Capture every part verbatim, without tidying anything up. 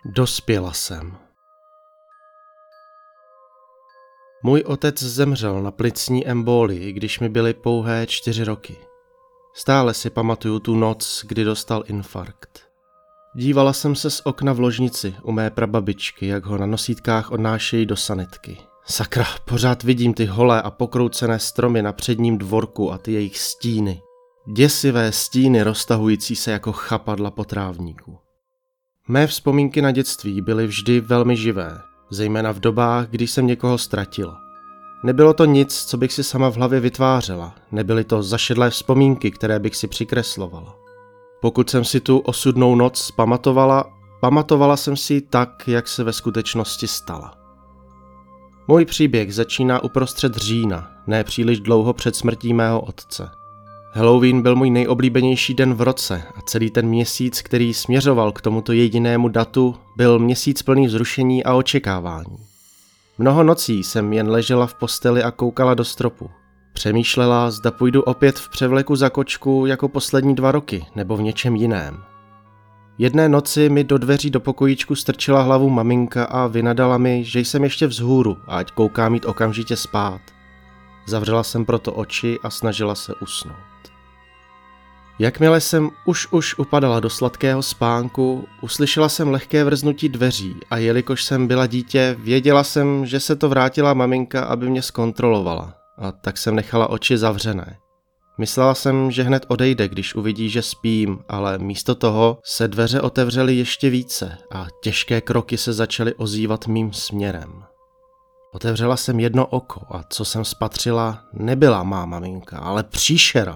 Dospěla jsem. Můj otec zemřel na plicní embolii, když mi byly pouhé čtyři roky. Stále si pamatuju tu noc, kdy dostal infarkt. Dívala jsem se z okna v ložnici u mé prababičky, jak ho na nosítkách odnášejí do sanitky. Sakra, pořád vidím ty holé a pokroucené stromy na předním dvorku a ty jejich stíny. Děsivé stíny roztahující se jako chapadla po trávníku. Mé vzpomínky na dětství byly vždy velmi živé, zejména v dobách, kdy jsem někoho ztratila. Nebylo to nic, co bych si sama v hlavě vytvářela, nebyly to zašedlé vzpomínky, které bych si přikreslovala. Pokud jsem si tu osudnou noc pamatovala, pamatovala jsem si ji tak, jak se ve skutečnosti stala. Můj příběh začíná uprostřed října, ne příliš dlouho před smrtí mého otce. Halloween byl můj nejoblíbenější den v roce a celý ten měsíc, který směřoval k tomuto jedinému datu, byl měsíc plný vzrušení a očekávání. Mnoho nocí jsem jen ležela v posteli a koukala do stropu. Přemýšlela, zda půjdu opět v převleku za kočku jako poslední dva roky, nebo v něčem jiném. Jedné noci mi do dveří do pokojíčku strčila hlavu maminka a vynadala mi, že jsem ještě vzhůru a ať koukám jít okamžitě spát. Zavřela jsem proto oči a snažila se usnout. Jakmile jsem už už upadala do sladkého spánku, uslyšela jsem lehké vrznutí dveří a jelikož jsem byla dítě, věděla jsem, že se to vrátila maminka, aby mě zkontrolovala, a tak jsem nechala oči zavřené. Myslela jsem, že hned odejde, když uvidí, že spím, ale místo toho se dveře otevřely ještě více a těžké kroky se začaly ozývat mým směrem. Otevřela jsem jedno oko a co jsem spatřila, nebyla má maminka, ale příšera.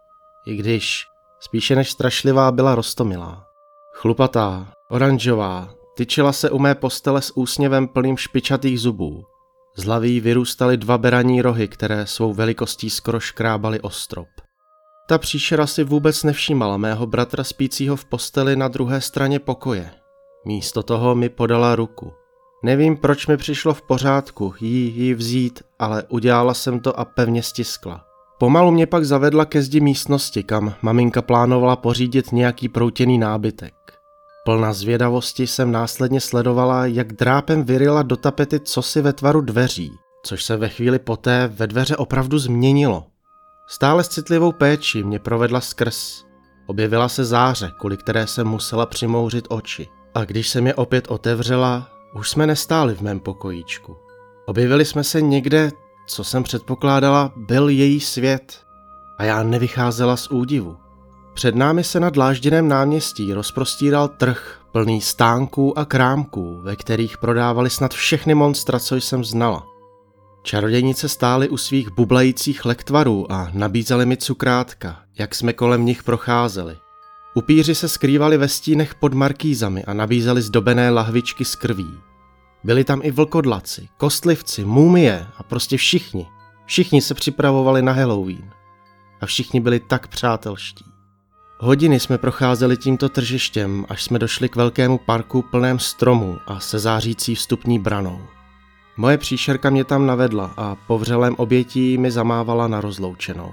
I když spíše než strašlivá byla roztomilá. Chlupatá, oranžová, tyčila se u mé postele s úsměvem plným špičatých zubů. Z hlavy vyrůstaly dva beraní rohy, které svou velikostí skoro škrábaly o strop. Ta příšera si vůbec nevšímala mého bratra spícího v posteli na druhé straně pokoje. Místo toho mi podala ruku. Nevím, proč mi přišlo v pořádku jí ji vzít, ale udělala jsem to a pevně stiskla. Pomalu mě pak zavedla ke zdi místnosti, kam maminka plánovala pořídit nějaký proutěný nábytek. Plná zvědavosti jsem následně sledovala, jak drápem vyryla do tapety cosi ve tvaru dveří, což se ve chvíli poté ve dveře opravdu změnilo. Stále s citlivou péčí mě provedla skrz. Objevila se záře, kvůli které jsem musela přimouřit oči. A když jsem je opět otevřela, už jsme nestáli v mém pokojíčku. Objevili jsme se někde, co jsem předpokládala, byl její svět. A já nevycházela z údivu. Před námi se na dlážděném náměstí rozprostíral trh plný stánků a krámků, ve kterých prodávali snad všechny monstra, co jsem znala. Čarodějnice stály u svých bublajících lektvarů a nabízely mi cukrátka, jak jsme kolem nich procházeli. Upíři se skrývali ve stínech pod markýzami a nabízeli zdobené lahvičky z krví. Byli tam i vlkodlaci, kostlivci, mumie a prostě všichni. Všichni se připravovali na Halloween. A všichni byli tak přátelští. Hodiny jsme procházeli tímto tržištěm, až jsme došli k velkému parku plném stromů a se zářící vstupní branou. Moje příšerka mě tam navedla a po vřelém obětí mi zamávala na rozloučenou.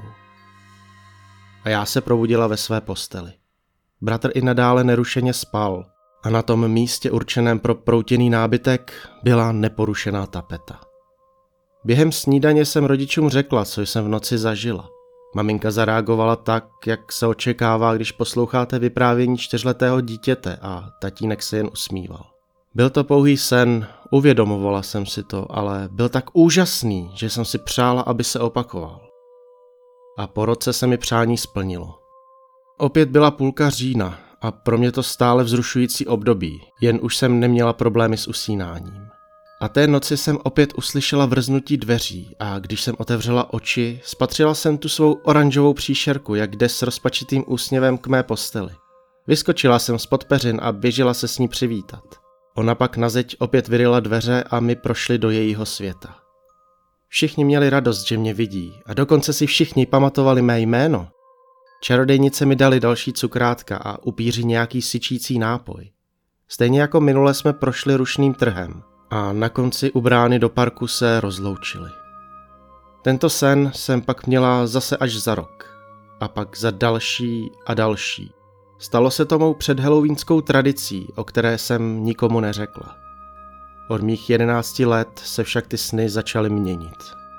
A já se probudila ve své posteli. Bratr i nadále nerušeně spal a na tom místě určeném pro proutěný nábytek byla neporušená tapeta. Během snídaně jsem rodičům řekla, co jsem v noci zažila. Maminka zareagovala tak, jak se očekává, když posloucháte vyprávění čtyřletého dítěte, a tatínek se jen usmíval. Byl to pouhý sen, uvědomovala jsem si to, ale byl tak úžasný, že jsem si přála, aby se opakoval. A po roce se mi přání splnilo. Opět byla půlka října a pro mě to stále vzrušující období, jen už jsem neměla problémy s usínáním. A té noci jsem opět uslyšela vrznutí dveří a když jsem otevřela oči, spatřila jsem tu svou oranžovou příšerku, jak jde s rozpačitým úsměvem k mé posteli. Vyskočila jsem spod peřin a běžela se s ní přivítat. Ona pak na zeď opět vyryla dveře a my prošli do jejího světa. Všichni měli radost, že mě vidí a dokonce si všichni pamatovali mé jméno. Čarodějnice mi dali další cukrátka a upíři nějaký syčící nápoj. Stejně jako minule jsme prošli rušným trhem a na konci u brány do parku se rozloučili. Tento sen jsem pak měla zase až za rok a pak za další a další. Stalo se to mou předhalloweenskou tradicí, o které jsem nikomu neřekla. Od mých jedenácti let se však ty sny začaly měnit.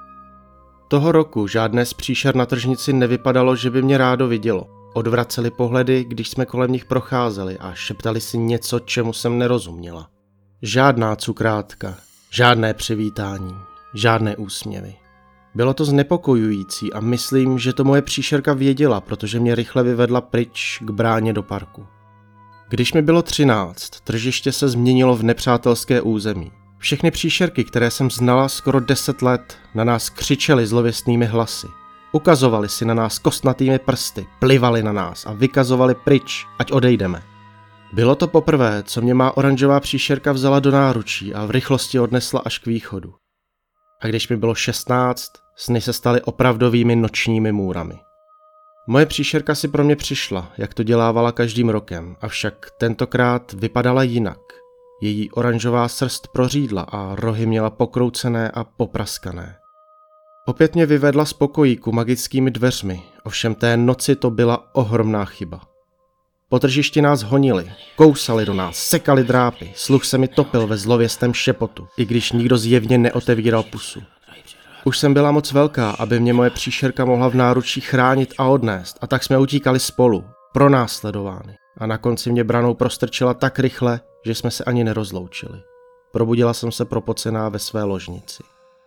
Toho roku žádné z příšer na tržnici nevypadalo, že by mě rádo vidělo. Odvraceli pohledy, když jsme kolem nich procházeli a šeptali si něco, čemu jsem nerozuměla. Žádná cukrátka, žádné přivítání, žádné úsměvy. Bylo to znepokojující a myslím, že to moje příšerka věděla, protože mě rychle vyvedla pryč k bráně do parku. Když mi bylo třináct, tržiště se změnilo v nepřátelské území. Všechny příšerky, které jsem znala skoro deset let, na nás křičely zlověstnými hlasy. Ukazovali si na nás kostnatými prsty, plivali na nás a vykazovali pryč, ať odejdeme. Bylo to poprvé, co mě má oranžová příšerka vzala do náručí a v rychlosti odnesla až k východu. A když mi bylo šestnáct, sny se staly opravdovými nočními můrami. Moje příšerka si pro mě přišla, jak to dělávala každým rokem, avšak tentokrát vypadala jinak. Její oranžová srst prořídla a rohy měla pokroucené a popraskané. Opět mě vyvedla z pokojíku magickými dveřmi, ovšem té noci to byla ohromná chyba. Po tržišti nás honili, kousali do nás, sekali drápy, sluch se mi topil ve zlověstném šepotu, i když nikdo zjevně neotevíral pusu. Už jsem byla moc velká, aby mě moje příšerka mohla v náručí chránit a odnést, a tak jsme utíkali spolu, pronásledovány. A na konci mě branou prostrčila tak rychle, že jsme se ani nerozloučili. Probudila jsem se propocená ve své ložnici.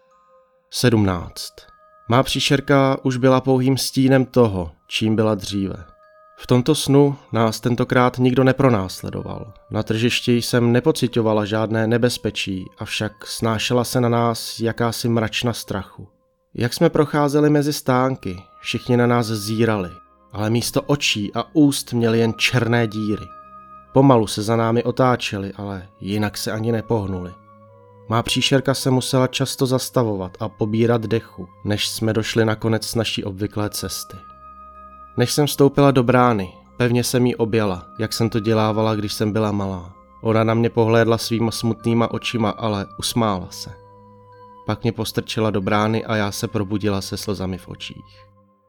sedmnáct. Má příšerka už byla pouhým stínem toho, čím byla dříve. V tomto snu nás tentokrát nikdo nepronásledoval. Na tržišti jsem nepociťovala žádné nebezpečí, avšak snášela se na nás jakási mračna strachu. Jak jsme procházeli mezi stánky, všichni na nás zírali, ale místo očí a úst měli jen černé díry. Pomalu se za námi otáčeli, ale jinak se ani nepohnuli. Má příšerka se musela často zastavovat a pobírat dechu, než jsme došli na konec naší obvyklé cesty. Než jsem vstoupila do brány, pevně jsem jí objala, jak jsem to dělávala, když jsem byla malá. Ona na mě pohlédla svýma smutnýma očima, ale usmála se. Pak mě postrčila do brány a já se probudila se slzami v očích.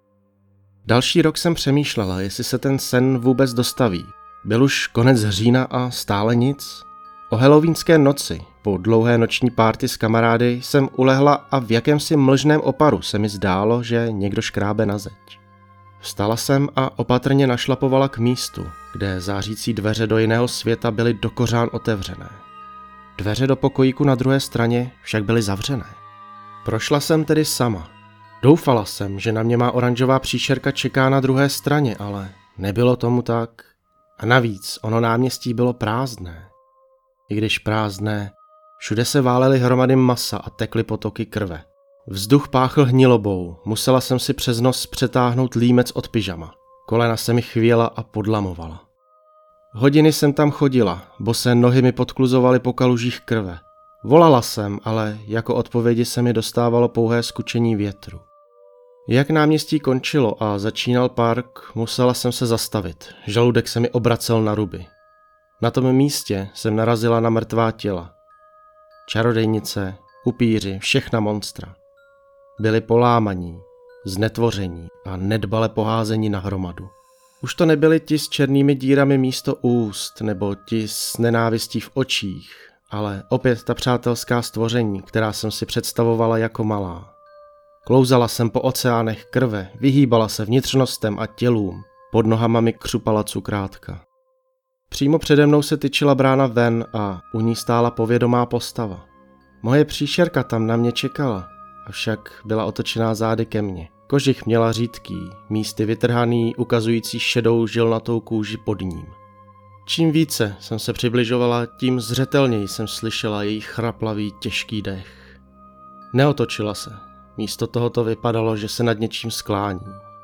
Další rok jsem přemýšlela, jestli se ten sen vůbec dostaví. Byl už konec října a stále nic. O halloweenské noci, po dlouhé noční párty s kamarády, jsem ulehla a v jakémsi mlžném oparu se mi zdálo, že někdo škrábe na zeď. Vstala jsem a opatrně našlapovala k místu, kde zářící dveře do jiného světa byly dokořán otevřené. Dveře do pokojíku na druhé straně však byly zavřené. Prošla jsem tedy sama. Doufala jsem, že na mě má oranžová příšerka čeká na druhé straně, ale nebylo tomu tak. A navíc ono náměstí bylo prázdné. I když prázdné, všude se válely hromady masa a tekly potoky krve. Vzduch páchl hnilobou, musela jsem si přes nos přetáhnout límec od pyžama. Kolena se mi chvěla a podlamovala. Hodiny jsem tam chodila, bosé nohy mi podkluzovaly po kalužích krve. Volala jsem, ale jako odpovědi se mi dostávalo pouhé skučení větru. Jak náměstí končilo a začínal park, musela jsem se zastavit, žaludek se mi obracel na ruby. Na tom místě jsem narazila na mrtvá těla. Čarodejnice, upíři, všechna monstra. Byli polámaní, znetvoření a nedbale poházení na hromadu. Už to nebyli ti s černými dírami místo úst nebo ti s nenávistí v očích, ale opět ta přátelská stvoření, která jsem si představovala jako malá. Klouzala jsem po oceánech krve, vyhýbala se vnitřnostem a tělům, pod nohama mi křupala cukrátka. Přímo přede mnou se tyčila brána ven a u ní stála povědomá postava. Moje příšerka tam na mě čekala, avšak byla otočená zády ke mně. Kožich měla řídký, místy vytrhaný, ukazující šedou žilnatou kůži pod ním. Čím více jsem se přibližovala, tím zřetelněji jsem slyšela její chraplavý, těžký dech. Neotočila se, místo toho to vypadalo, že se nad něčím sklání.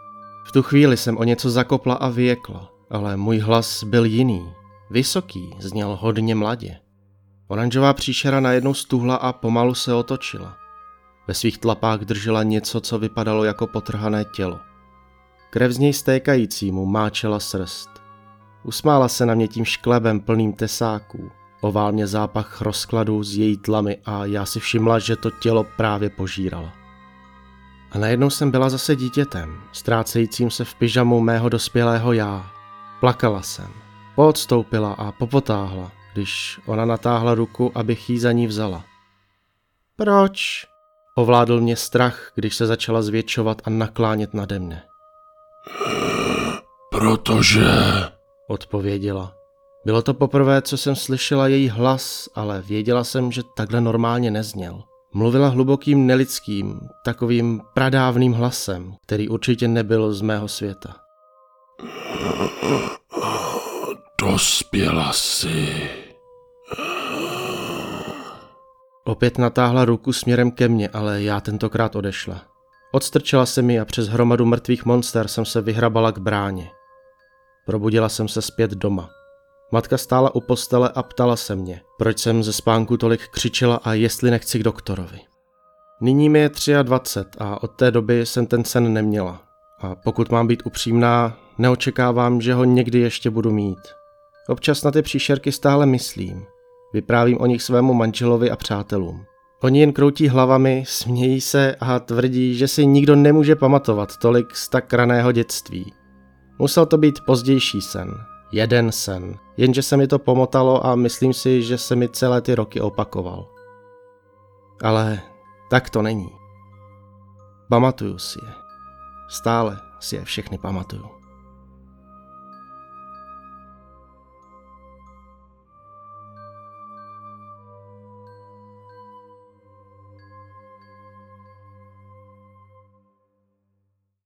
V tu chvíli jsem o něco zakopla a vyjekla, ale můj hlas byl jiný, vysoký, zněl hodně mladě. Oranžová příšera najednou stuhla a pomalu se otočila. Ve svých tlapách držela něco, co vypadalo jako potrhané tělo. Krev z něj stékajícímu máčela srst. Usmála se na mě tím šklebem plným tesáků. Ovál mě zápach rozkladu z její tlamy a já si všimla, že to tělo právě požírala. A najednou jsem byla zase dítětem, ztrácejícím se v pyžamu mého dospělého já. Plakala jsem. Poodstoupila a popotáhla, když ona natáhla ruku, abych jí za ní vzala. Proč? Ovládl mě strach, když se začala zvětšovat a naklánět nade mne. Protože... odpověděla. Bylo to poprvé, co jsem slyšela její hlas, ale věděla jsem, že takhle normálně nezněl. Mluvila hlubokým nelidským, takovým pradávným hlasem, který určitě nebyl z mého světa. Dospěla jsi. Opět natáhla ruku směrem ke mně, ale já tentokrát odešla. Odstrčila se mi a přes hromadu mrtvých monster jsem se vyhrabala k bráně. Probudila jsem se zpět doma. Matka stála u postele a ptala se mě, proč jsem ze spánku tolik křičela a jestli nechci k doktorovi. Nyní mi je dvacet tři a od té doby jsem ten sen neměla. A pokud mám být upřímná, neočekávám, že ho někdy ještě budu mít. Občas na ty příšerky stále myslím. Vyprávím o nich svému manželovi a přátelům. Oni jen kroutí hlavami, smějí se a tvrdí, že si nikdo nemůže pamatovat tolik z tak raného dětství. Musel to být pozdější sen. Jeden sen. Jenže se mi to pomotalo a myslím si, že se mi celé ty roky opakoval. Ale tak to není. Pamatuju si je. Stále si je všechny pamatuju.